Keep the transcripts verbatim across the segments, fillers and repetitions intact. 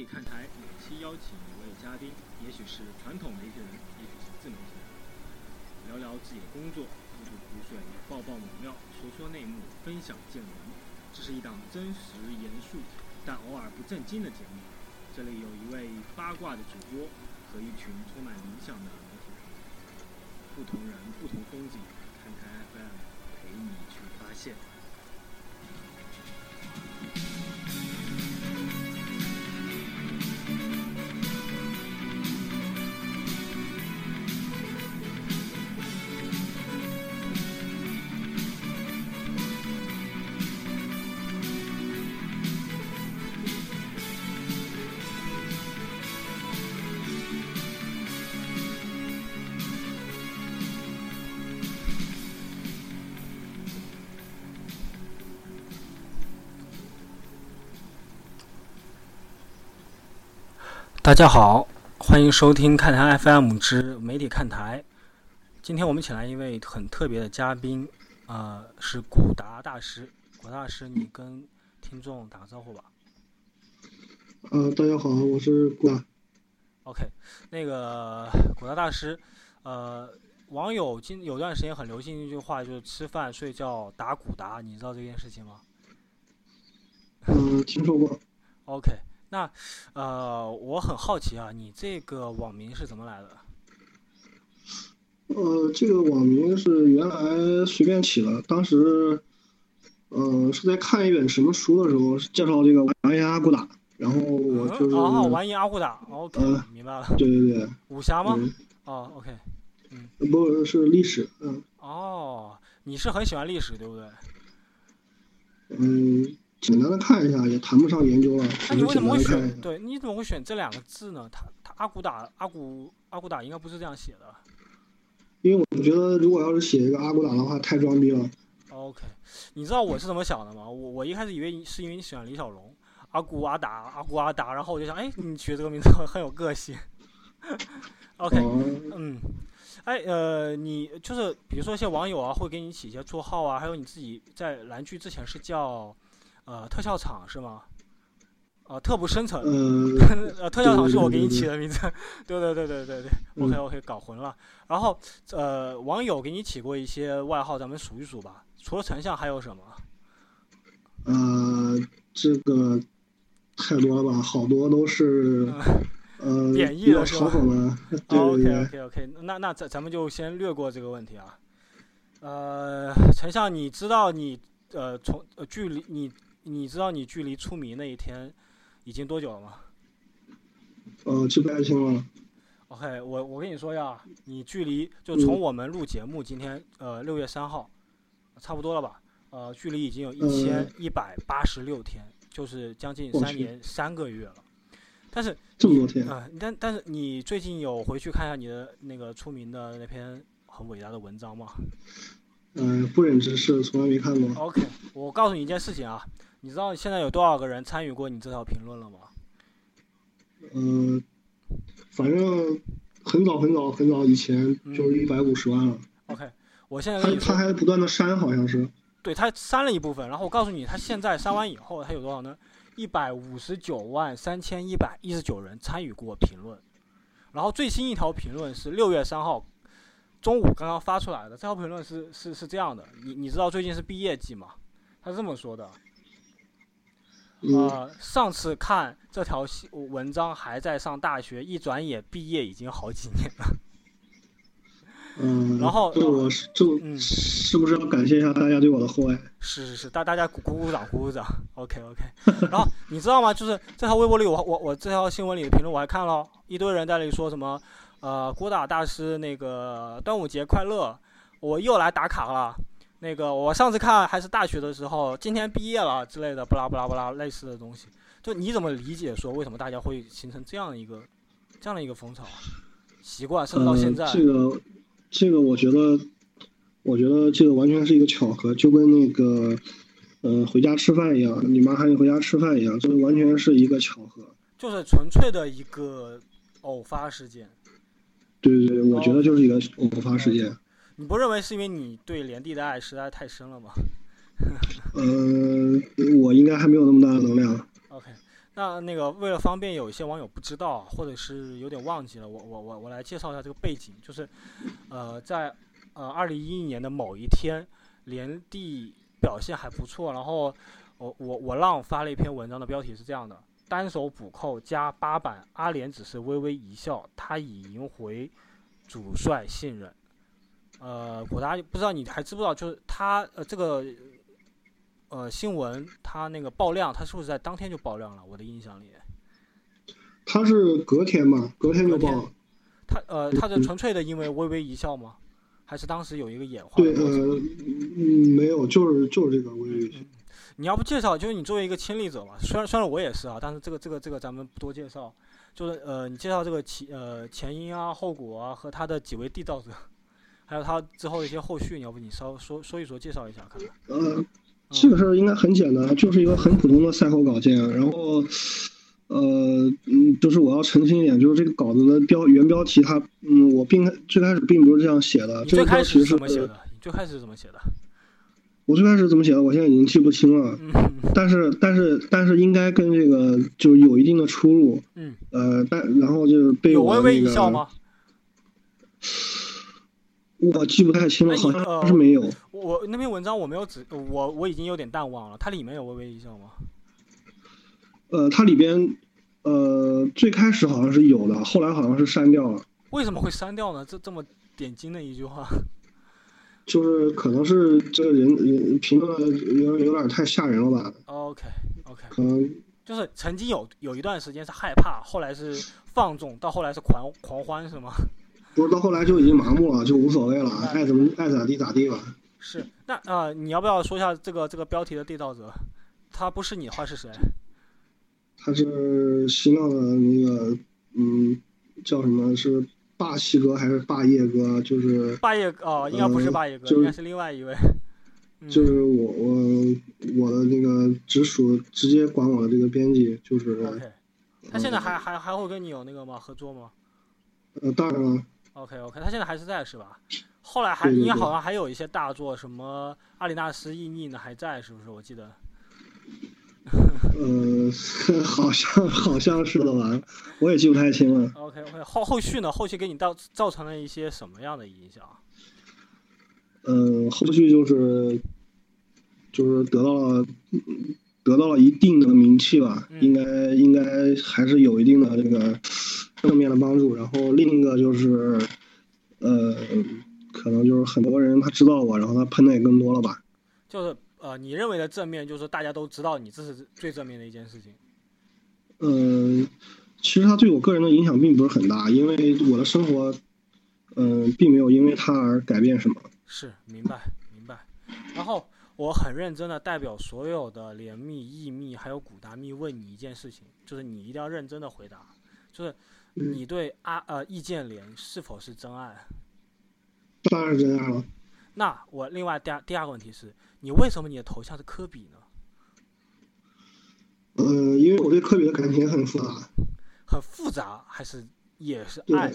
看台每期邀请一位嘉宾，也许是传统媒体人，也许是自媒体人，聊聊自己的工作，吐吐苦水，爆爆猛料，说说内幕，分享见闻。这是一档真实严肃但偶尔不正经的节目。这里有一位八卦的主播和一群充满理想的媒体人，不同人不同风景，看台 F M 陪你去发现。大家好，欢迎收听看台 F M 之媒体看台。今天我们请来一位很特别的嘉宾，呃，是古达大师。古达大师，你跟听众打个招呼吧。 呃，大家好，我是古达。 OK， 那个古达大师，呃，网友今有段时间很流行一句话，就是吃饭、睡觉、打古达，你知道这件事情吗？ 嗯、呃，听说过。 OK。那，呃，我很好奇啊，你这个网名是怎么来的？ 呃，这个网名是原来随便起的，当时，呃，是在看一本什么书的时候介绍这个完颜阿骨打，然后我就是、 嗯、哦，完颜阿骨打 ，OK，、呃、明白了。 对对对。 武侠吗？ 嗯、 哦 ，OK， 嗯。 不是历史，嗯。 哦，你是很喜欢历史，对不对？ 嗯。简单的看一下，也谈不上研究了。 那你为什么会选？对，你怎么会选这两个字呢？他他阿骨打阿骨阿骨打应该不是这样写的。 因为我觉得，如果要是写一个阿骨打的话，太装逼了。 OK， 你知道我是怎么想的吗？我我一开始以为是因为你喜欢李小龙，阿骨阿打阿骨阿打，然后我就想，哎，你取这个名字很有个性。OK，、哦、嗯，哎呃，你就是比如说一些网友啊，会给你起一些绰号啊，还有你自己在蓝剧之前是叫。呃，特效场是吗？呃，特不生成。 呃， 呃，特效场是我给你起的名字。对对对对对对。OK OK， 搞混了。然后呃，网友给你起过一些外号，咱们数一数吧。除了丞相还有什么？ 呃，这个太多了吧，好多都是、嗯、呃贬义的是吧？ 嘲讽的。对对对 OK OK OK， 那那咱咱们就先略过这个问题啊。呃，丞相，你知道你呃从呃距离你。你知道你距离出名那一天已经多久了吗？ 呃，记不太清了。 OK， 我我跟你说呀，你距离就从我们录节目、嗯、今天呃六月三号，差不多了吧？呃，距离已经有一千一百八十六天、呃，就是将近三年三个月了。但是这么多天啊、呃，但但是你最近有回去看一下你的那个出名的那篇很伟大的文章吗？ 嗯、呃，不忍直视，从来没看过。 OK， 我告诉你一件事情啊。你知道现在有多少个人参与过你这条评论了吗？ 嗯、呃，反正很早很早很早以前就是一百五十万了。 嗯、OK， 我现在跟你说他他还不断的删，好像是。 对，他删了一部分，然后我告诉你，他现在删完以后，他有多少呢？一百五十九万三千一百一十九人参与过评论，然后最新一条评论是六月三号中午刚刚发出来的。这条评论是是是这样的，你你知道最近是毕业季吗？他是这么说的。呃，上次看这条文章还在上大学，一转眼毕业已经好几年了。 嗯， 然后这我这嗯， 是不是要感谢一下大家对我的厚爱？ 是是是，大大家鼓鼓鼓掌，鼓鼓掌。OK OK。然后你知道吗？就是这条微博里我，我我我这条新闻里的评论我还看了，一堆人在那里说什么，呃，郭大大师那个端午节快乐，我又来打卡了。那个我上次看还是大学的时候，今天毕业了之类的，不拉不拉不拉类似的东西。就你怎么理解说为什么大家会形成这样一个这样的一个风潮习惯，甚至到现在？ 呃、这个这个我觉得，我觉得这个完全是一个巧合，就跟那个呃回家吃饭一样，你妈喊你回家吃饭一样，这完全是一个巧合， 就是纯粹的一个偶发事件。 对对对，我觉得就是一个偶发事件。 哦，你不认为是因为你对连帝的爱实在太深了吗？ 嗯、呃，我应该还没有那么大的能量。 OK， 那那个为了方便有一些网友不知道，或者是有点忘记了，我我我我来介绍一下这个背景，就是呃在呃二零一一年的某一天，联帝表现还不错，然后我我我浪发了一篇文章的标题是这样的：单手补扣加八板，阿联只是微微一笑，他已赢回主帅信任。呃，果达不知道你还知不知道，就是他呃这个呃新闻，他那个爆量，他是不是在当天就爆量了？我的印象里， 他是隔天嘛，隔天就爆了。 他呃他是纯粹的因为微微一笑吗？还是当时有一个演化？ 对，呃，嗯，没有，就是就是这个微微一笑。 嗯你要不介绍，就是你作为一个亲历者嘛，虽然虽然我也是啊，但是这个这个这个咱们不多介绍，就是呃，你介绍这个起呃前因啊、后果啊和他的几位缔造者，还有他之后的一些后续，你要不你稍说说一说，介绍一下看看。 呃，这个事儿应该很简单，就是一个很普通的赛后稿件，然后呃嗯，就是我要澄清一点，就是这个稿子的标原标题它嗯，我并最开始并不是这样写的， 你最开始是怎么写的？你最开始是怎么写的？ 我最开始怎么写的，我现在已经记不清了。 嗯， 但是但是但是应该跟这个就是有一定的出入。 嗯。 呃，但然后就是被有微我那个微一笑吗？ 我记不太清了，好像是没有。呃、 我那篇文章我没有只我我已经有点淡忘了，它里面有微微一笑吗？ 呃，它里边呃最开始好像是有的，后来好像是删掉了。 为什么会删掉呢？这这么点睛的一句话。 就是可能是这个人人评论有有点太吓人了吧。 OK OK， 可能就是曾经有有一段时间是害怕，后来是放纵，到后来是狂狂欢是吗？ 不是，到后来就已经麻木了，就无所谓了，爱怎么爱咋地咋地吧。 是，那呃，你要不要说一下这个这个标题的缔造者？他不是你的话是谁？ 他是新浪的那个嗯，叫什么是？霸气哥还是霸业哥？就是霸业哦，应该不是霸业哥， 呃、 应该是另外一位。 嗯、就是我我我的那个直属直接管我的这个编辑，就是。 OK， 他现在还、呃、还还会跟你有那个吗？合作吗？ 呃，当然了。 OK OK， 他现在还是在是吧？后来还应该好像还有一些大作，什么阿里纳斯、意逆呢还在，是不是？我记得。 呃，好像好像是的吧，我也记不太清了。 OK OK， 后后续呢？后续给你造造成了一些什么样的影响？ 嗯、呃，后续就是就是得到了得到了一定的名气吧， 嗯、 应该应该还是有一定的这个正面的帮助。然后另一个就是呃，可能就是很多人他知道我，然后他喷的也更多了吧。 就是。呃，你认为的正面就是大家都知道你，这是最正面的一件事情。 嗯、呃，其实他对我个人的影响并不是很大，因为我的生活，嗯、呃，并没有因为他而改变什么。 是，明白明白。然后我很认真的代表所有的联密、易密还有古达密问你一件事情，就是你一定要认真的回答，就是你对阿呃易建联是否是真爱？ 当然是真爱了。 那我另外第二第二个问题是，你为什么你的头像是科比呢？ 呃，因为我对科比的感情很复杂。 很复杂还是也是爱？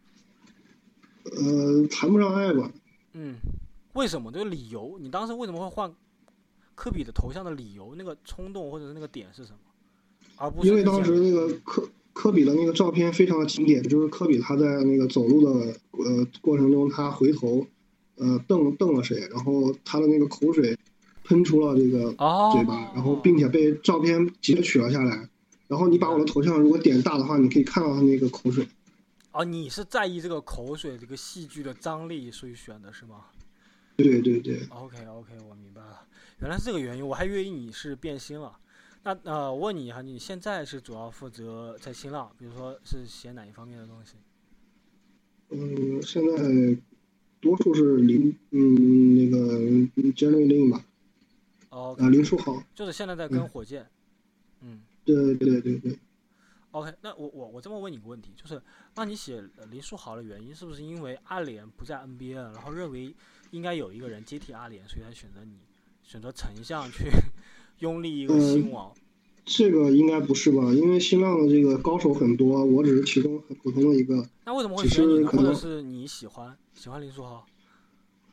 呃，谈不上爱吧。 嗯，为什么？这个理由，你当时为什么会换科比的头像的理由？那个冲动或者是那个点是什么？而不是因为当时那个科科比的那个照片非常的经典，就是科比他在那个走路的呃过程中，他回头。呃，瞪瞪了谁？然后他的那个口水喷出了这个嘴巴，哦、然后并且被照片截取了下来。然后你把我的头像如果点大的话，你可以看到他那个口水。 哦，你是在意这个口水这个戏剧的张力，所以选的是吗？ 对对对。 OK OK， 我明白了，原来是这个原因，我还以为你是变心了。那呃，我问你哈，你现在是主要负责在新浪，比如说是写哪一方面的东西？ 嗯，现在。多数是林，嗯，那个 Jerry Lin 吧， 哦、 okay, 啊，林书豪， 就是现在在跟火箭，嗯， 对对对对。 OK， 那我我我这么问你个问题，就是那你写林书豪的原因是不是因为阿联不在 N B A 了，然后认为应该有一个人接替阿联，所以才选择你，选择丞相去拥立一个新王？ 呃这个应该不是吧？因为新浪的这个高手很多，我只是其中很普通的一个。 那为什么会选你呢？或者是你喜欢喜欢林书豪？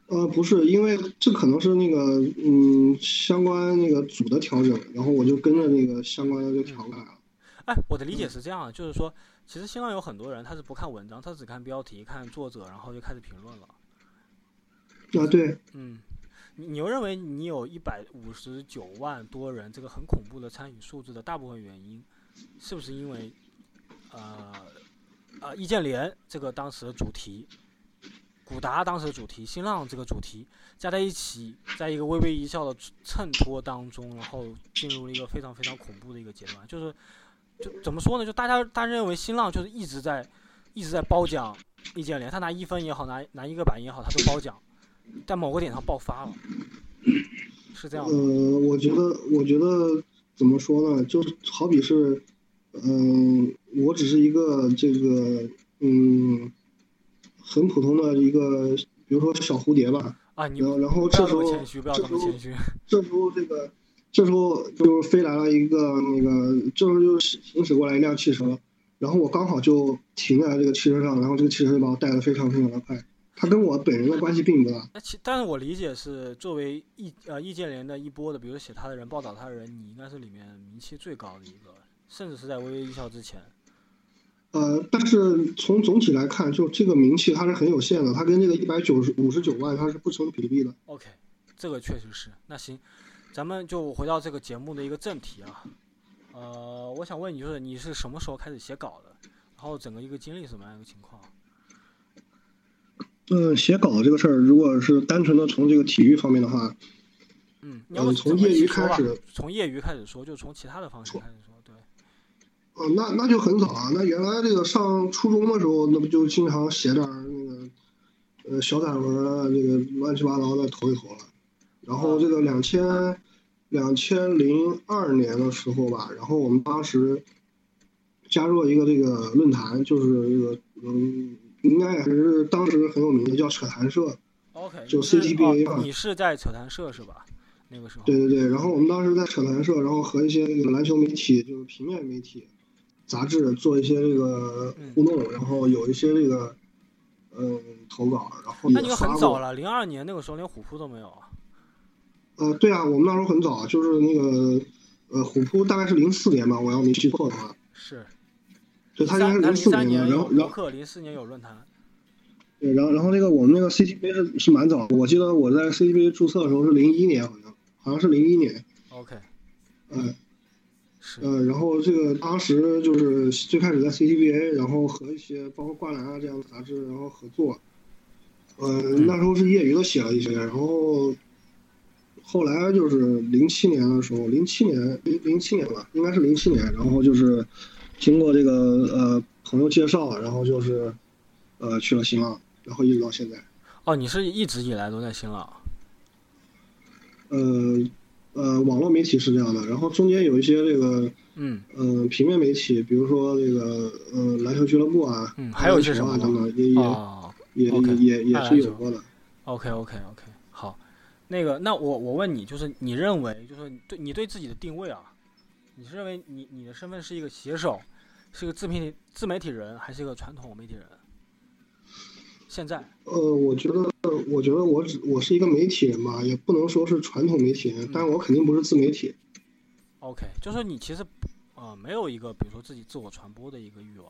呃，不是，因为这可能是那个嗯相关那个组的调整，然后我就跟着那个相关的就调改了。 哎，我的理解是这样，就是说，其实新浪有很多人他是不看文章，他只看标题、看作者，然后就开始评论了。 啊，对， 嗯，你你又认为你有一百五十九万多人这个很恐怖的参与数字的大部分原因，是不是因为呃呃易建联这个当时的主题？古达当时的主题，新浪这个主题加在一起，在一个微微一笑的衬托当中，然后进入了一个非常非常恐怖的一个阶段。就是，就怎么说呢？就大家大家认为新浪就是一直在一直在褒奖易建联，他拿一分也好，拿拿一个板也好，他都褒奖，在某个点上爆发了，是这样吗？ 呃，我觉得我觉得怎么说呢？就是好比是，嗯、我只是一个这个嗯很普通的一个，比如说小蝴蝶吧。 啊，你然后然后不要这时候这么谦虚，不要这时候这么谦虚。 这时候这个这时候就飞来了一个那个，这时候就行驶过来一辆汽车，然后我刚好就停在这个汽车上，然后这个汽车就把我带得非常非常的快。他跟我本人的关系并不大。 那其但是我理解是，作为易呃易建联的一波的，比如写他的人、报道他的人，你应该是里面名气最高的一个，甚至是在微微一笑之前。 呃，但是从总体来看，就这个名气它是很有限的，它跟这个一百九十五十九万它是不成比例的。 OK，这个确实是。那行，咱们就回到这个节目的一个正题啊。呃，我想问你，就是你是什么时候开始写稿的？然后整个一个经历是什么样一个情况？ 嗯，写稿这个事儿，如果是单纯的从这个体育方面的话， 嗯，你要不从业余开始， 从业余开始说，就从其他的方式开始说，对。 呃，那那就很早啊。那原来这个上初中的时候，那不就经常写点那个呃小散文啊，这个乱七八糟的投一投了。然后这个两千两千零二年的时候吧，然后我们当时加入了一个这个论坛，就是这个嗯。应该也是当时很有名的，叫扯谈社。 OK， 就 C T B A 嘛、 哦。你是在扯谈社是吧？那个时候。 对对对，然后我们当时在扯谈社，然后和一些这个篮球媒体，就是平面媒体、杂志做一些这个互动，嗯、然后有一些这个嗯投稿，然后也那你很早了，零二年那个时候连虎扑都没有啊。 呃，对啊，我们那时候很早，就是那个呃虎扑大概是零四年吧，我要没记错的话。 是。 对，他应该是零四年的，然后然后零四年有论坛。 对，然后然后那个我们那个 C T B A 是是蛮早的，我记得我在 C T B A 注册的时候是零一年，好像好像是零一年。 OK。 嗯。呃，然后这个当时就是最开始在 C T B A， 然后和一些包括灌篮啊这样的杂志然后合作。呃，那时候是业余的写了一些，然后后来就是零七年的时候，零七年零零七年吧，应该是零七年，然后就是经过这个呃朋友介绍，然后就是呃去了新浪，然后一直到现在。 哦，你是一直以来都在新浪？ 呃呃，网络媒体是这样的，然后中间有一些这个嗯呃平面媒体，比如说这个呃篮球俱乐部啊， 嗯，还有一些什么等等，也也、 哦、 也、 okay, 也也是有过的。 OK OK OK， 好，那个那我我问你，就是你认为就是对你对自己的定位啊，你是认为你你的身份是一个写手，是一个自媒体自媒体人，还是一个传统媒体人？现在？ 呃，我觉得我觉得我只我是一个媒体人吧，也不能说是传统媒体人，嗯、但是我肯定不是自媒体。 OK， 就说你其实呃没有一个比如说自己自我传播的一个欲望。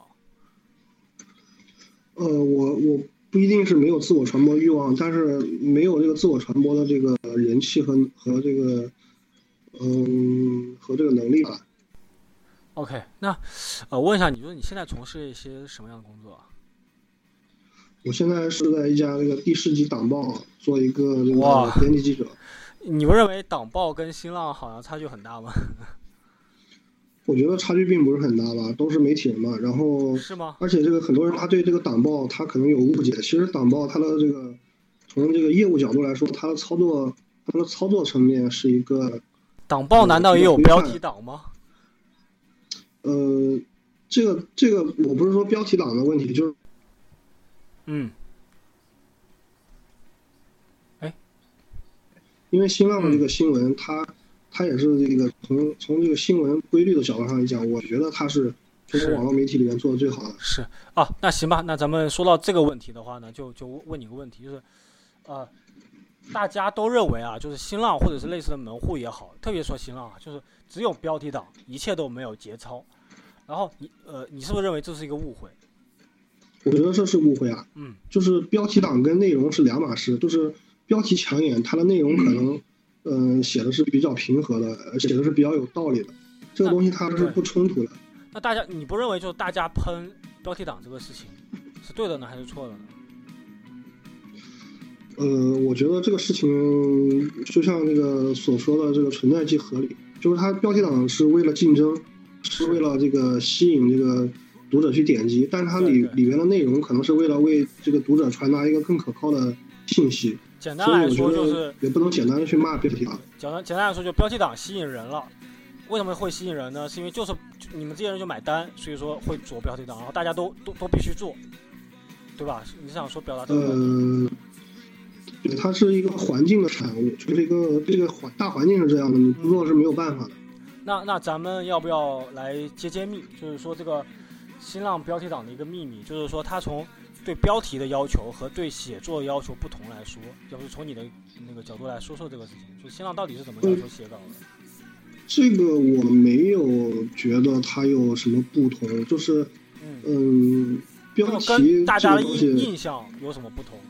呃，我我不一定是没有自我传播欲望，但是没有这个自我传播的这个人气和和这个嗯和这个能力吧。 OK， 那呃问一下，你说你现在从事一些什么样的工作？ 我现在是在一家这个第十级党报做一个这个编辑记者。 你不认为党报跟新浪好像差距很大吗？ 我觉得差距并不是很大吧，都是媒体人嘛。然后是吗？ 而且这个很多人他对这个党报他可能有误解。其实党报它的这个从这个业务角度来说，它的操作它的操作层面是一个。 党报难道也有标题党吗？ 呃，这个这个我不是说标题党的问题，就是。 嗯，哎， 因为新浪的这个新闻，嗯、它它也是这个从从这个新闻规律的角度上来讲，我觉得它是中国网络媒体里面做的最好的。 是啊，那行吧，那咱们说到这个问题的话呢，就就问你个问题，就是，呃， 大家都认为啊，就是新浪或者是类似的门户也好，特别说新浪啊，就是只有标题党，一切都没有节操。然后你呃，你是不是认为这是一个误会？ 我觉得这是误会啊。 嗯， 就是标题党跟内容是两码事，就是标题抢眼，它的内容可能嗯、呃、写的是比较平和的，写的是比较有道理的，这个东西它是不冲突的。 那大家你不认为就是大家喷标题党这个事情是对的呢，还是错的呢？ 呃，我觉得这个事情就像那个所说的这个存在即合理，就是它标题党是为了竞争，是为了这个吸引这个读者去点击，但是它里里面的内容可能是为了为这个读者传达一个更可靠的信息。 简单来说就是也不能简单的去骂标题党。 简单简单来说，就标题党吸引人了。为什么会吸引人呢？是因为就是你们这些人就买单，所以说会做标题党，然后大家都都都必须做，对吧？你想说表达这个？ 呃，对，它是一个环境的产物，就是一个这个环大环境是这样的，你不做是没有办法的。 那那咱们要不要来揭揭秘？就是说这个新浪标题党的一个秘密，就是说它从对标题的要求和对写作要求不同来说，要不是从你的那个角度来说说这个事情，就新浪到底是怎么要求写稿的？嗯这个我没有觉得它有什么不同，就是嗯，嗯标题跟大家的印象有什么不同？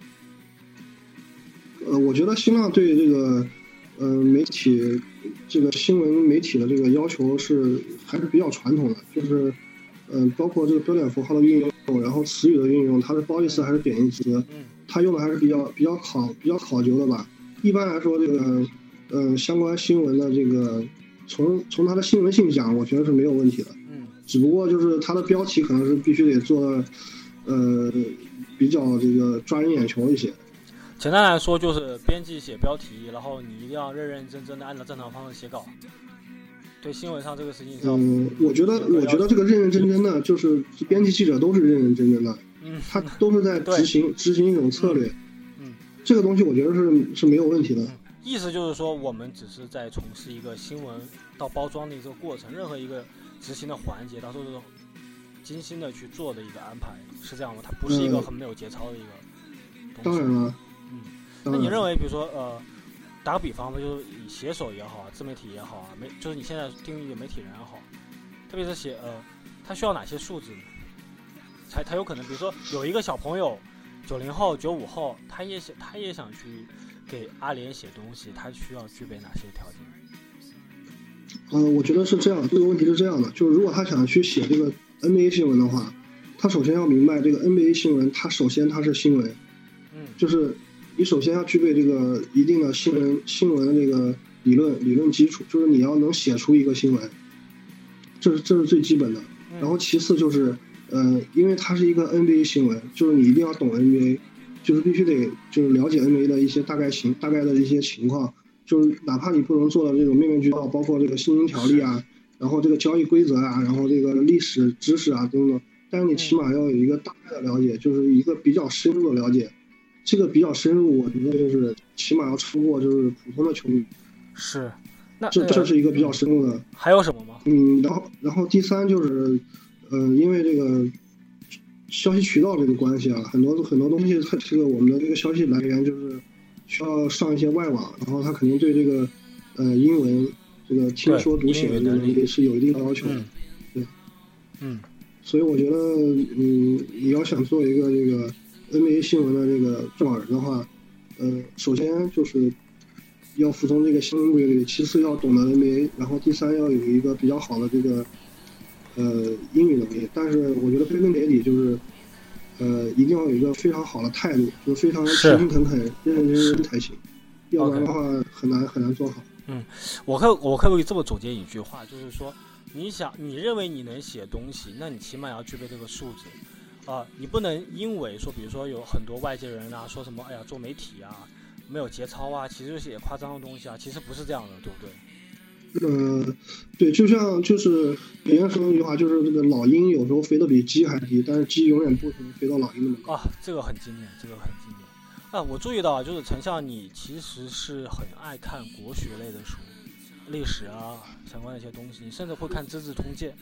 呃，我觉得新浪对这个呃媒体这个新闻媒体的这个要求是还是比较传统的，就是嗯、呃，包括这个标点符号的运用，然后词语的运用，它是褒义词还是贬义词，它用的还是比较比较考比较考究的吧。一般来说，这个呃相关新闻的这个从从它的新闻性讲，我觉得是没有问题的。 嗯， 只不过就是它的标题可能是必须得做的呃比较这个抓人眼球一些。 简单来说，就是编辑写标题，然后你一定要认认真真的按照正常方式写稿。对新闻上这个事情， 嗯，我觉得，我觉得这个认认真真的，就是编辑记者都是认认真真的， 嗯， 他都是在执行执行一种策略， 嗯， 这个东西我觉得是是没有问题的。 嗯，意思就是说，我们只是在从事一个新闻到包装的这个过程，任何一个执行的环节，它都是精心的去做的一个安排，是这样吗？它不是一个很没有节操的一个东西。 当然了。 嗯，那你认为，比如说，呃，打个比方吧，就是以写手也好啊，自媒体也好啊，媒就是你现在定义的媒体人也好，特别是写呃，他需要哪些素质呢？才才有可能，比如说有一个小朋友，九零后、九五后，他也想他也想去给阿联写东西，他需要具备哪些条件？ 呃，我觉得是这样，这个问题是这样的，就是如果他想去写这个 N B A 新闻的话，他首先要明白这个 N B A 新闻，它首先它是新闻， 嗯， 就是你首先要具备这个一定的新闻新闻的这个理论理论基础，就是你要能写出一个新闻，这是这是最基本的。然后其次就是，呃，因为它是一个 N B A 新闻，就是你一定要懂 N B A， 就是必须得就是了解 N B A 的一些大概情大概的一些情况，就是哪怕你不能做到这种面面俱到，包括这个新闻条例啊，然后这个交易规则啊，然后这个历史知识啊等等，但是你起码要有一个大概的了解，就是一个比较深入的了解。这个比较深入，我觉得就是起码要超过就是普通的球迷。 是，那这这是一个比较深入的。 嗯、还有什么吗？ 嗯，然后然后第三就是，呃，因为这个消息渠道这个关系啊，很多很多东西，它这个我们的这个消息来源就是需要上一些外网，然后它肯定对这个呃英文这个听说读写的能力是有一定的要求的。对， 嗯， 所以我觉得，嗯，你要想做一个这个 N B A 新闻的这个撰稿人的话，呃，首先就是要服从这个新闻规律，其次要懂得 N B A， 然后第三要有一个比较好的这个呃英语能力。但是我觉得归根结底就是，呃，一定要有一个非常好的态度，就是非常勤勤恳恳、认认真真才行，要不然的话很难很难做好。 嗯，我可我可不可以这么总结一句话，就是说，你想你认为你能写东西，那你起码要具备这个素质。啊、呃，你不能因为说，比如说有很多外界人啊，说什么，哎呀，做媒体啊，没有节操啊，其实就是写夸张的东西啊，其实不是这样的，对不对？ 呃，对，就像就是别人说那句话，就是这个老鹰有时候飞得比鸡还低，但是鸡永远不可能飞到老鹰那么高。 啊，这个很经典，这个很经典。啊，我注意到，就是丞相你其实是很爱看国学类的书，历史啊相关的一些东西，你甚至会看《资治通鉴》。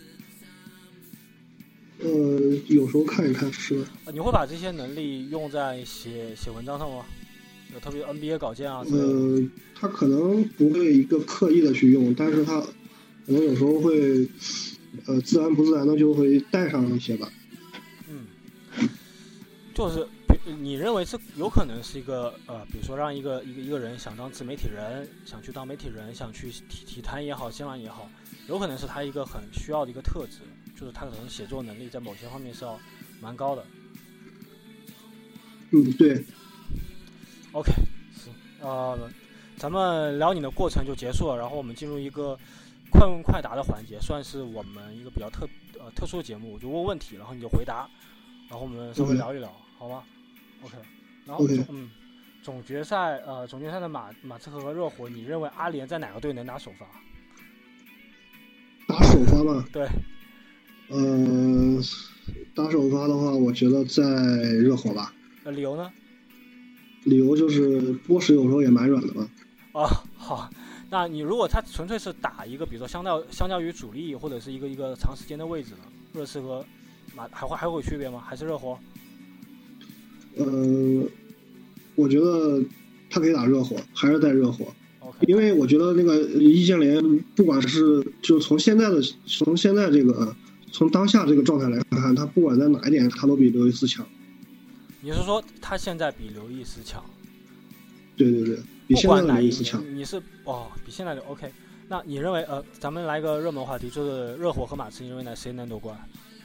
呃，有时候看一看是。 你会把这些能力用在写写文章上吗？ 有特别 N B A 稿件啊之类的。 呃，他可能不会一个刻意的去用，但是他可能有时候会，呃，自然不自然的就会带上一些吧。 嗯，就是你认为这有可能是一个呃，比如说让一个一个一个人想当自媒体人，想去当媒体人，想去体体坛也好，新浪也好，有可能是他一个很需要的一个特质，就是他可能写作能力在某些方面是要蛮高的。 嗯，对。 OK， 行，呃，咱们聊你的过程就结束了，然后我们进入一个快问快答的环节，算是我们一个比较特呃特殊的节目，我就问问题，然后你就回答，然后我们稍微聊一聊， okay. 好吗 ？OK， 然后 okay. 嗯，总决赛呃总决赛的马马刺和热火，你认为阿联在哪个队能打首发？ 打首发吗？ 对。 呃，打首发的话，我觉得在热火吧。 呃，理由呢？ 理由就是波什有时候也蛮软的嘛。 啊，好，那你如果他纯粹是打一个，比如说相较相较于主力或者是一个一个长时间的位置呢，热刺和马还会还会有区别吗？还是热火？ 呃，我觉得他可以打热火，还是在热火。 Okay. 因为我觉得那个易建联，不管是就从现在的从现在这个从当下这个状态来看，他不管在哪一点，他都比刘易斯强。 你是说他现在比刘易斯强？ 对对对，比现在的刘易斯强。 你是哦，比现在的 OK。那你认为呃，咱们来一个热门话题，就是热火和马刺，你认为哪谁能夺冠？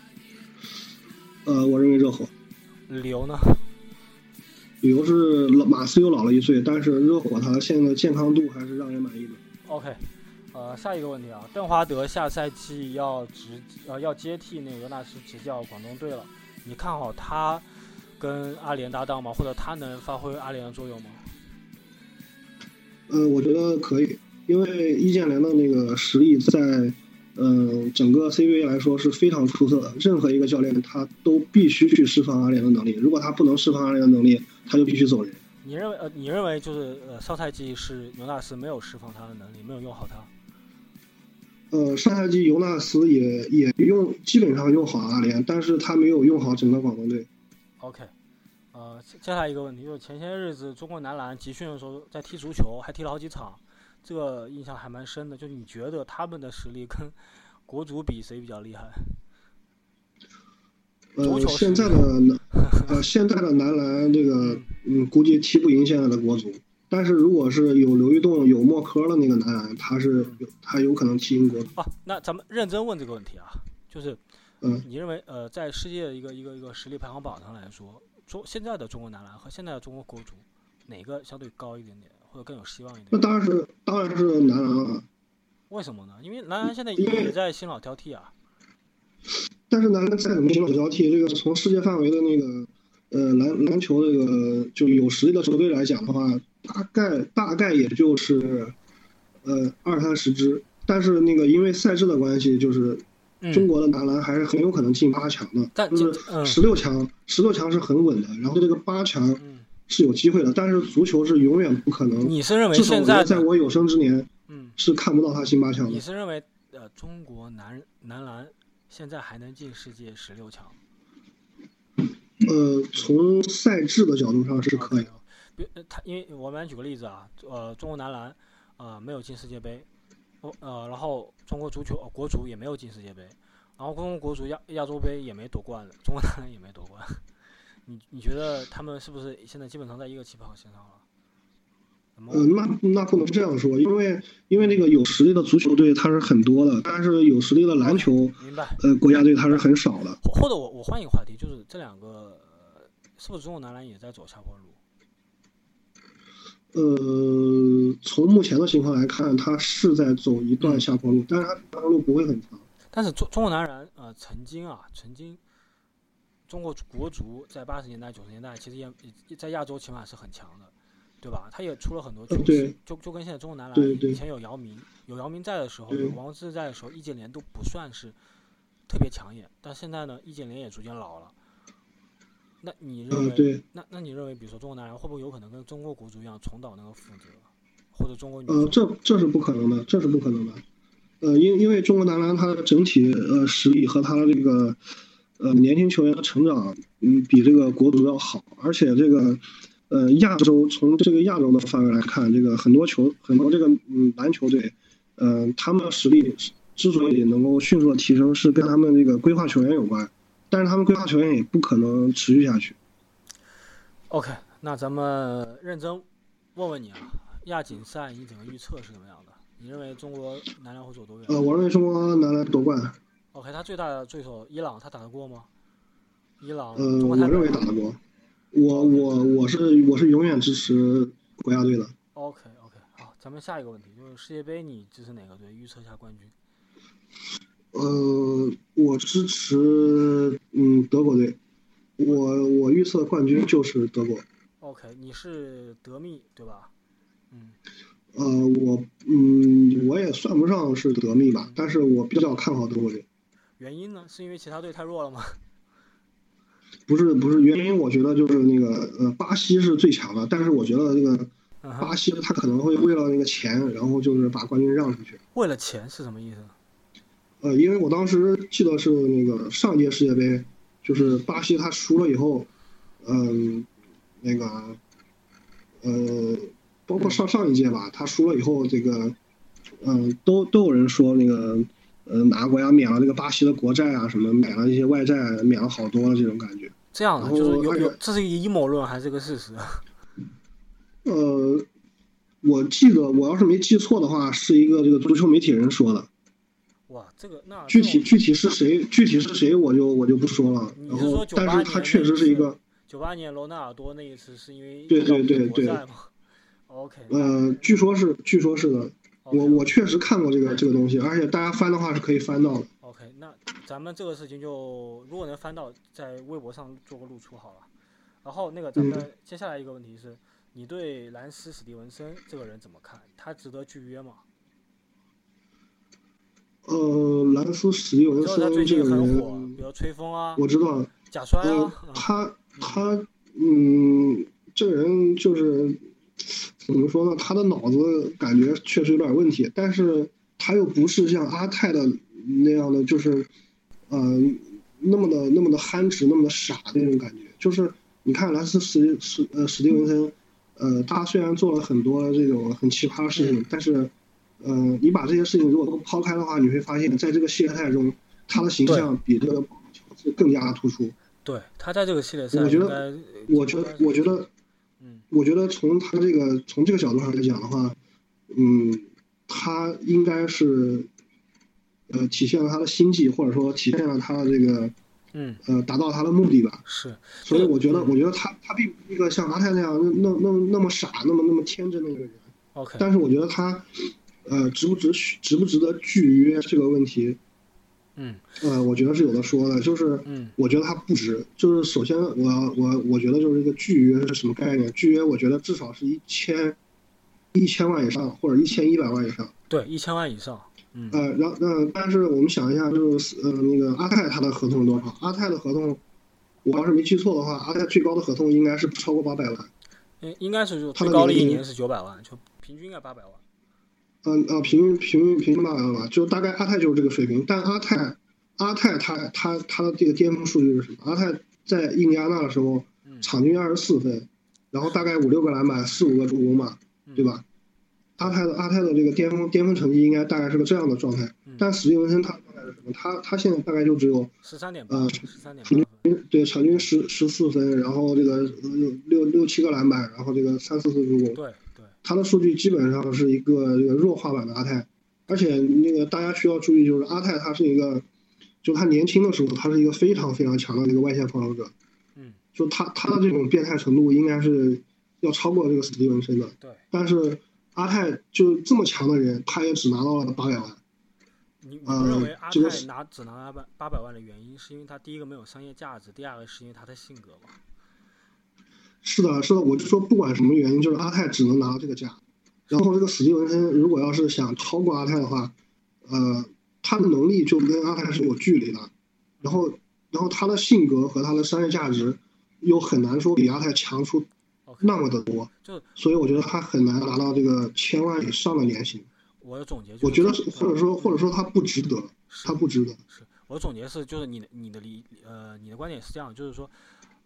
呃，我认为热火。 理由呢？ 理由是马刺又老了一岁，但是热火他现在的健康度还是让人满意的。 OK， 呃，下一个问题啊，邓华德下赛季要执呃要接替那个尤纳斯执教广东队了，你看好他跟阿联搭档吗？或者他能发挥阿联的作用吗？ 呃，我觉得可以，因为易建联的那个实力在，呃，整个 C B A 来说是非常出色的。任何一个教练他都必须去释放阿联的能力，如果他不能释放阿联的能力，他就必须走人。 你认为呃，你认为就是呃，上赛季是尤纳斯没有释放他的能力，没有用好他？ 呃，上赛季尤纳斯也也用基本上用好阿联，但是他没有用好整个广东队。 OK。呃，接下来一个问题就是前些日子中国男篮集训的时候在踢足球，还踢了好几场，这个印象还蛮深的。就你觉得他们的实力跟国足比谁比较厉害？ 呃，现在的呃现在的男篮这个嗯估计踢不赢现在的国足，但是如果是有刘玉栋有默科的那个男篮，他是有他有可能踢赢国足。 啊，那咱们认真问这个问题啊，就是嗯， 你认为呃在世界一个一个一个实力排行榜上来说，中现在的中国男篮和现在的中国国足，哪个相对高一点点，或者更有希望一点？ 那当然是当然是男篮了。 为什么呢？因为男篮现在也在新老挑剔啊。 但是男篮再怎么新老挑剔，这个从世界范围的那个呃篮篮球这个就有实力的球队来讲的话，大概大概也就是呃二三十支。但是那个因为赛制的关系，就是中国的男篮还是很有可能进八强的， 嗯、 就是十六强，十六强是很稳的，然后这个八强是有机会的，但是足球是永远不可能。 你是认为现在在我有生之年， 嗯， 是看不到他进八强的。 你是认为呃中国男男篮现在还能进世界十六强？ 呃，从赛制的角度上是可以。 比如他，因为我们举个例子啊，呃，中国男篮呃没有进世界杯。呃，然后中国足球、呃、国足也没有进世界杯，然后中国国足亚亚洲杯也没夺冠了，中国男篮也没夺冠。你你觉得他们是不是现在基本上在一个起跑线上了？ 呃，那那不能这样说，因为因为那个有实力的足球队它是很多的，但是有实力的篮球， 明白？ 呃，国家队它是很少的。 或者我我换一个话题，就是这两个、呃、是不是中国男篮也在走下坡路？ 呃，从目前的情况来看，他是在走一段下坡路，但是他下坡路不会很长。 但是中中国男篮呃曾经啊曾经，中国国足在八十年代九十年代其实也在亚洲起码是很强的，对吧？他也出了很多球星，就就跟现在中国男篮以前有姚明，有姚明在的时候，有王治在的时候，易建联都不算是特别抢眼，但现在呢，易建联也逐渐老了。那你认为？ 呃、对那那你认为，比如说中国男篮会不会有可能跟中国国足一样重蹈那个覆辙，或者中国女足？ 呃，这这是不可能的，这是不可能的。呃，因因为中国男篮它的整体呃实力和它的这个呃年轻球员的成长，嗯，比这个国足要好，而且这个呃，亚洲从这个亚洲的范围来看，这个很多球很多这个嗯篮球队，嗯、呃，他们的实力之所以能够迅速的提升，是跟他们这个规划球员有关，但是他们规划球员也不可能持续下去。 OK， 那咱们认真问问你啊，亚锦赛你整个预测是怎么样的？你认为中国男篮会走多远？ 呃，我认为中国男篮夺冠。 OK， 他最大的对手伊朗，他打得过吗？伊朗， 呃，我认为打得过。我我我是我是永远支持国家队的。 OK OK， 好，咱们下一个问题就是世界杯，你支持哪个队？预测一下冠军。 呃，我支持嗯德国队，我我预测冠军就是德国。 OK， 你是德密对吧？嗯。 呃，我嗯我也算不上是德密吧，但是我比较看好德国队。 原因呢？是因为其他队太弱了吗？ 不是不是，原因我觉得就是那个呃巴西是最强的，但是我觉得那个巴西他可能会为了那个钱，然后就是把冠军让出去。 为了钱是什么意思？ 呃，因为我当时记得是那个上届世界杯，就是巴西他输了以后，嗯、呃，那个呃，包括上上一届吧，他输了以后，这个嗯、呃，都都有人说那个。呃，哪个国家免了这个巴西的国债啊，什么免了一些外债，免了好多了这种感觉。 这样的，就是有有，这是一个阴谋论还是个事实？ 呃，我记得我要是没记错的话，是一个这个足球媒体人说的。 哇，这个那具体具体是谁，具体是谁我就我就不说了。 你是说九八年？ 但是他确实是一个。 九八年罗纳尔多那一次是因为对对对对。 OK。 呃，据说是，据说是的。我我确实看过这个这个东西，而且大家翻的话是可以翻到的。 OK， 那咱们这个事情就如果能翻到，在微博上做个露出好了。然后那个咱们接下来一个问题是，嗯、你对兰斯·史蒂文森这个人怎么看？他值得续约吗？ 呃，兰斯·史蒂文森这个人， 比如吹风啊， 我知道， 假摔啊， 呃、他他嗯，这个人就是。怎么说呢？他的脑子感觉确实有点问题，但是他又不是像阿泰的那样的，就是，呃，那么的那么的憨直，那么的傻那种感觉。就是你看兰斯史史呃史蒂文森，呃，他虽然做了很多这种很奇葩的事情，但是，呃，你把这些事情如果都抛开的话，你会发现在这个系列赛中，他的形象比这个乔治更加突出。 对，他在这个系列赛， 我觉得，我觉得，我觉得。 嗯， 我觉得从他这个从这个角度上来讲的话，嗯，他应该是，呃，体现了他的心计，或者说体现了他的这个， 嗯， 呃，达到他的目的吧。 是， 所以我觉得，我觉得他他并不是一个像阿泰那样那那那么傻，那么那么天真的一个人。 OK， 但是我觉得他，呃，值不值值不值得续约这个问题。 嗯， 呃，我觉得是有的说的，就是， 嗯， 我觉得它不值。就是首先我，我我我觉得就是一个续约是什么概念？续约我觉得至少是一千，一千万以上，或者一千一百万以上。 对，一千万以上。嗯。 呃，然后那、呃、但是我们想一下，就是呃那个阿泰他的合同多少？阿泰的合同，我要是没记错的话，阿泰最高的合同应该是不超过八百万。 应应该是就最高的一年是九百万，就平均应该八百万。 嗯呃，平均平均平均八百万吧，就大概阿泰就是这个水平。但阿泰，阿泰他他他的这个巅峰数据是什么？阿泰在印第安纳的时候，场均二十四分，然后大概五六个篮板，四五个助攻嘛，对吧？阿泰的阿泰的这个巅峰巅峰成绩应该大概是个这样的状态。但史蒂文森他状态是什么？他他现在大概就只有十三点八， 呃， 十三点场均对场均十十四分，然后这个六六六七个篮板，然后这个三四次助攻。 对。 他的数据基本上是一个这个弱化版的阿泰，而且那个大家需要注意，就是阿泰他是一个，就他年轻的时候，他是一个非常非常强的这个外线防守者， 嗯， 就他他的这种变态程度应该是要超过这个史蒂文森的， 对。 但是阿泰就这么强的人，他也只拿到了八百万。 你你不认为阿泰拿只拿八八百万的原因，是因为他第一个没有商业价值，第二个是因为他的性格吗？ 是的，是的，我就说不管什么原因，就是阿泰只能拿到这个价。然后这个史蒂文森如果要是想超过阿泰的话，呃，他的能力就跟阿泰是有距离的。然后，然后他的性格和他的商业价值又很难说比阿泰强出那么的多。 就所以我觉得他很难拿到这个千万以上的年薪。 我的总结， 我觉得或者说或者说他不值得，他不值得。 是我的总结是，就是你的你的理呃你的观点是这样，就是说。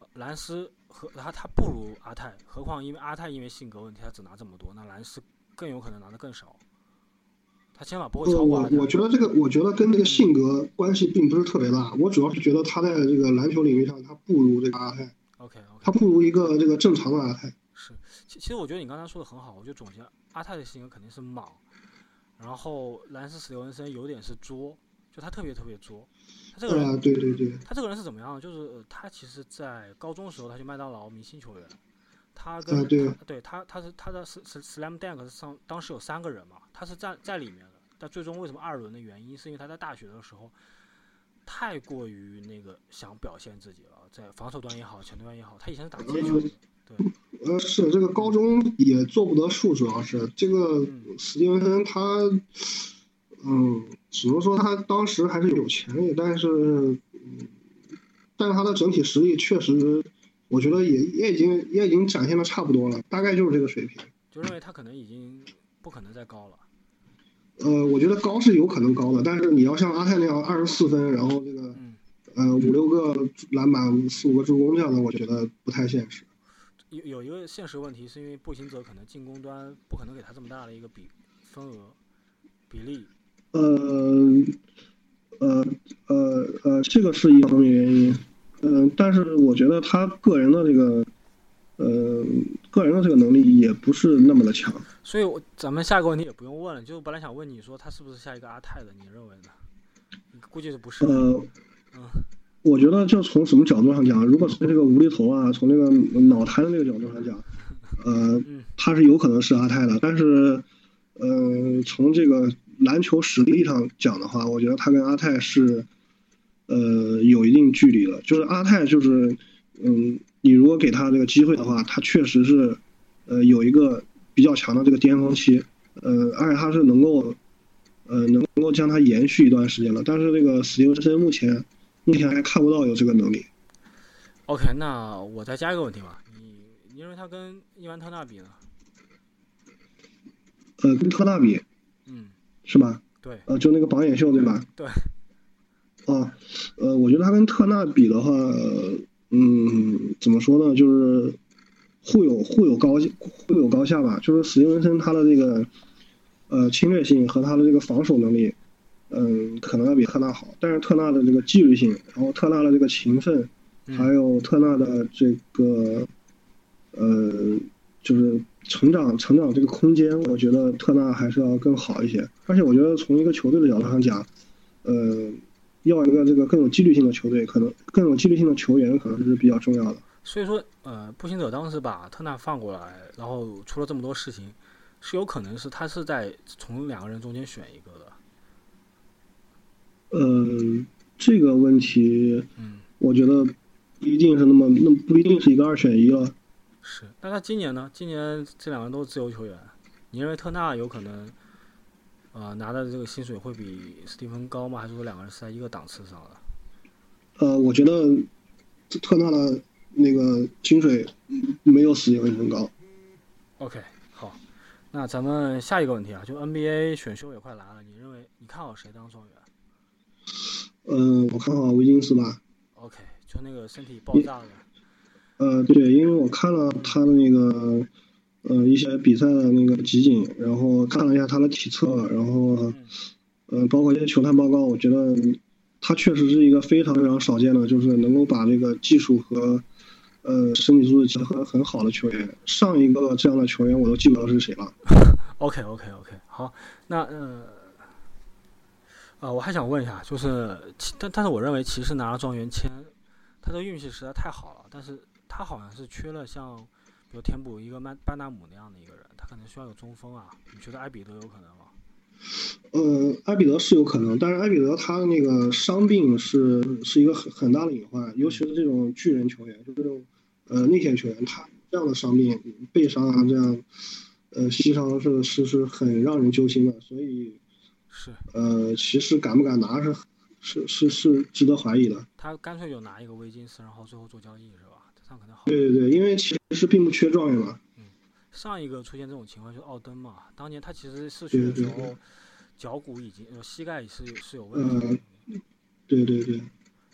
兰斯和他他不如阿泰，何况因为阿泰因为性格问题他只拿这么多，那兰斯更有可能拿的更少，他起码不会超过阿泰。 我我觉得这个我觉得跟这个性格关系并不是特别大，我主要是觉得他在这个篮球领域上他不如这个阿泰。 OK OK， 他不如一个这个正常的阿泰。 是，其其实我觉得你刚才说的很好，我就总结阿泰的性格肯定是莽，然后兰斯史蒂文森有点是作，就他特别特别作。他这个人， 啊，对对对， 他这个人是怎么样？就是、呃、他其实，在高中的时候他去麦当劳明星球员，他跟、 啊、对他对他他是他的是是 Slam Dunk 是上当时有三个人嘛，他是在在里面的，但最终为什么二轮的原因是因为他在大学的时候太过于那个想表现自己了，在防守端也好，前端也好，他以前是打接球的，对。 呃，是这个高中也做不得数，主要是这个史蒂文森他，嗯，只能说他当时还是有潜力，但是，嗯，但是他的整体实力确实，我觉得也也已经也已经展现的差不多了，大概就是这个水平。 就认为他可能已经不可能再高了。 呃，我觉得高是有可能高的，但是你要像阿泰那样二十四分，然后这个， 嗯、 呃，五六个篮板、四五个助攻这样的，我觉得不太现实。 有有一个现实问题，是因为步行者可能进攻端不可能给他这么大的一个比分额比例。 呃呃呃呃，这个是一方面原因。嗯、呃，但是我觉得他个人的这个，呃，个人的这个能力也不是那么的强。 所以我，咱们下一个问题也不用问了，就本来想问你说他是不是下一个阿泰的，你认为呢？估计是不是？ 呃， 嗯。 我觉得就从什么角度上讲，如果从这个无厘头啊，从这个脑瘫的这个角度上讲，呃，他是有可能是阿泰的，但是，呃，从这个篮球实力上讲的话，我觉得他跟阿泰是，呃，有一定距离的。就是阿泰就是，嗯，你如果给他这个机会的话，他确实是，呃，有一个比较强的这个巅峰期，呃，而且他是能够，呃，能够将它延续一段时间的。但是这个史蒂文森目前。目前还看不到有这个能力。 OK， 那我再加一个问题吧，你你认为他跟伊万特纳比呢？ 呃，跟特纳比， 嗯， 是吧？ 对。 呃，就那个榜眼秀，对吧？ 对。 啊，呃，我觉得他跟特纳比的话，嗯，怎么说呢？就是互有互有高互有高下吧。就是史蒂文森他的这个呃侵略性和他的这个防守能力。嗯，可能要比特纳好，但是特纳的这个纪律性，然后特纳的这个勤奋，还有特纳的这个，呃，就是成长成长这个空间，我觉得特纳还是要更好一些。而且我觉得从一个球队的角度上讲，呃，要一个这个更有纪律性的球队，可能更有纪律性的球员，可能是比较重要的。 所以说，呃，步行者当时把特纳放过来，然后出了这么多事情，是有可能是他是在从两个人中间选一个的。 呃，这个问题， 嗯， 我觉得不一定是那么，那不一定是一个二选一了。 是，那他今年呢？今年这两个人都是自由球员，你认为特纳有可能，呃，拿的这个薪水会比史蒂芬高吗？还是说两个人是在一个档次上的？ 呃，我觉得特纳的那个薪水没有史蒂芬森高。 OK， 好，那咱们下一个问题啊，就 N B A 选秀也快来了，你认为你看好谁当状元？ 嗯、呃，我看好维金斯吧。 OK， 就那个身体爆炸的。 呃，对，因为我看了他的那个，呃，一些比赛的那个集锦，然后看了一下他的体测，然后，呃，包括一些球探报告，我觉得他确实是一个非常非常少见的，就是能够把这个技术和，呃，身体素质结合很好的球员。上一个这样的球员我都记不得是谁了。 OK OK OK， 好，那呃，呃，我还想问一下，就是但但是我认为骑士拿了状元签，他的运气实在太好了，但是他好像是缺了像，比如填补一个曼班纳姆那样的一个人，他可能需要有中锋啊。你觉得埃比德有可能吗？ 呃，埃比德是有可能，但是埃比德他的那个伤病是是一个很很大的隐患，尤其是这种巨人球员，就这种呃内线球员，他这样的伤病，背伤啊这样，呃膝伤是是是很让人揪心的，所以是呃骑士敢不敢拿是是是是值得怀疑的。 他干脆就拿一个维金斯，然后最后做交易是吧？这样可能好。 对对对，因为骑士并不缺状元嘛。 嗯，上一个出现这种情况就是奥登嘛，当年他其实试训的时候，脚骨已经呃膝盖是是有问题的。 呃，对对对。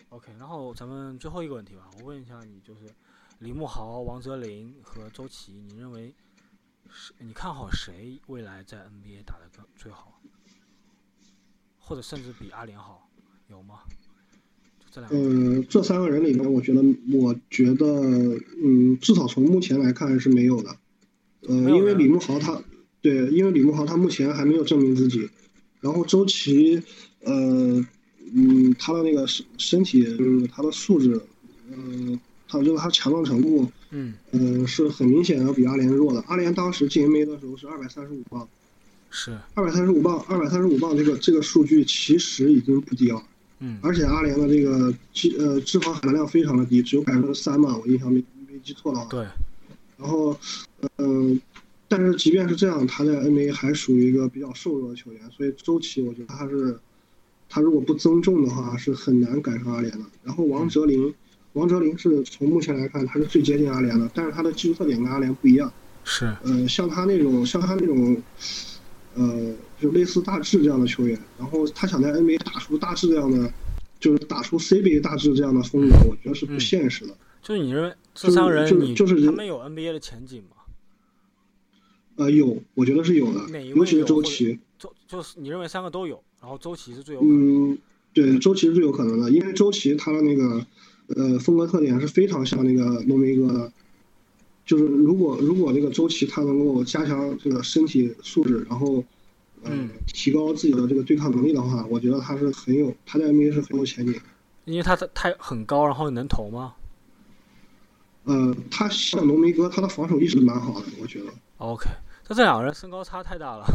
OK， 然后咱们最后一个问题吧，我问一下你，就是李慕豪、王哲林和周琦，你认为是你看好谁未来在 N B A 打得更最好，或者甚至比阿联好，有吗？就这两个。 呃，这三个人里面，我觉得，我觉得，嗯，至少从目前来看是没有的。呃，因为李慕豪他，对，因为李慕豪他目前还没有证明自己，然后周琦，呃。嗯，他的那个身身体就是他的素质，嗯、呃，他就是他强壮程度， 嗯， 呃，是很明显要比阿联弱的。阿联当时进 N B A 的时候是二百三十五磅， 是二百三十五磅，二百三十五磅这个这个数据其实已经不低了， 嗯， 而且阿联的这个脂呃脂肪含量非常的低，只有百分之三嘛，我印象没没记错的话。 对。 然后，嗯、呃，但是即便是这样，他在 N B A 还属于一个比较瘦弱的球员，所以周琦我觉得他是。他如果不增重的话，是很难赶上阿联的。然后王哲林，王哲林是从目前来看，他是最接近阿联的，但是他的技术特点跟阿联不一样。 是。 呃，像他那种，像他那种，呃，就类似大智这样的球员，然后他想在 N B A 打出大智这样的，就是打出 C B A 大智这样的风格，我觉得是不现实的。 嗯、就是你认为这三人， 就是就是、 他们有 N B A 的前景吗？ 呃，有，我觉得是有的，尤其是周琦。 周就是你认为三个都有，然后周琦是最有可能。嗯，对，周琦是最有可能的，因为周琦他的那个呃风格特点是非常像那个浓眉哥的。就是如果如果这个周琦他能够加强这个身体素质，然后呃、 嗯、 提高自己的这个对抗能力的话，我觉得他是很有他在 N B A 是很有前景。 因为他太很高，然后能投吗？ 呃，他像浓眉哥，他的防守意识蛮好的，我觉得。 OK， 但这两个人身高差太大了。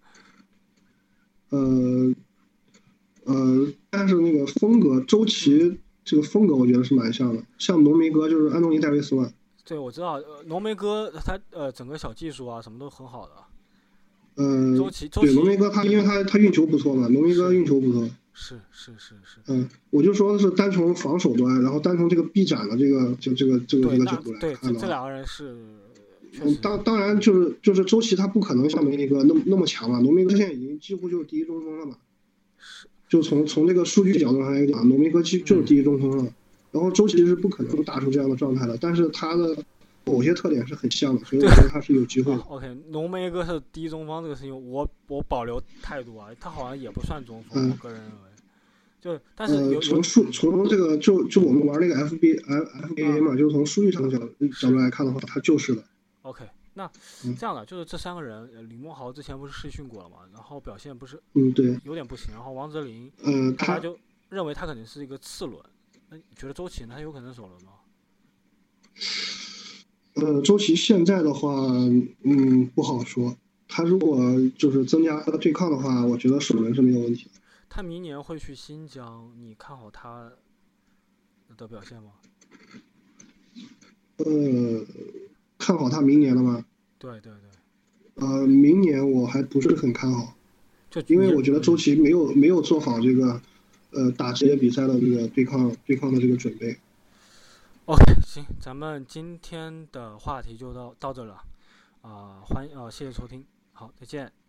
呃，呃，但是那个风格，周琦这个风格我觉得是蛮像的，像浓眉哥就是安东尼戴维斯嘛。 对，我知道，呃、浓眉哥他呃整个小技术啊什么都很好的。 呃， 周琦，周琦对，浓眉哥他因为他他运球不错嘛，浓眉哥运球不错。 是是是是。 嗯，我就说的是单从防守端，然后单从这个臂展的这个就这个这个这个角度来看的。 对，这两个人是。 嗯，当当然就是就是周琦他不可能像浓眉哥那么那么强了，浓眉哥现在已经几乎就是第一中锋了嘛。就从从这个数据角度上来讲，浓眉哥其实就是第一中锋了。嗯、然后周琦是不可能打出这样的状态的，但是他的某些特点是很像的，所以我觉得他是有机会的。 OK， 浓眉哥是第一中锋这个事情，我我保留态度啊，他好像也不算中锋， 嗯、 我个人认为。就但是有、 呃、从数从这个就就我们玩那个 F B F B A 嘛，就是从数据上的角角度来看的话，他就是的。 OK， 那这样的就是这三个人，李慕豪之前不是试训过了嘛，然后表现不是嗯对有点不行，然后王哲林， 呃大家就认为他可能是一个次轮，那你觉得周琦他有可能首轮吗？ 呃，周琦现在的话，嗯不好说，他如果就是增加他的对抗的话，我觉得首轮是没有问题的。 他明年会去新疆，你看好他的表现吗？ 呃。看好他明年了吗？ 对对对。 呃，明年我还不是很看好， 就因为我觉得周琦没有没有做好这个，呃，打职业比赛的这个对抗对抗的这个准备。 OK， 行，咱们今天的话题就到到这了，啊、呃，欢呃，谢谢收听，好，再见。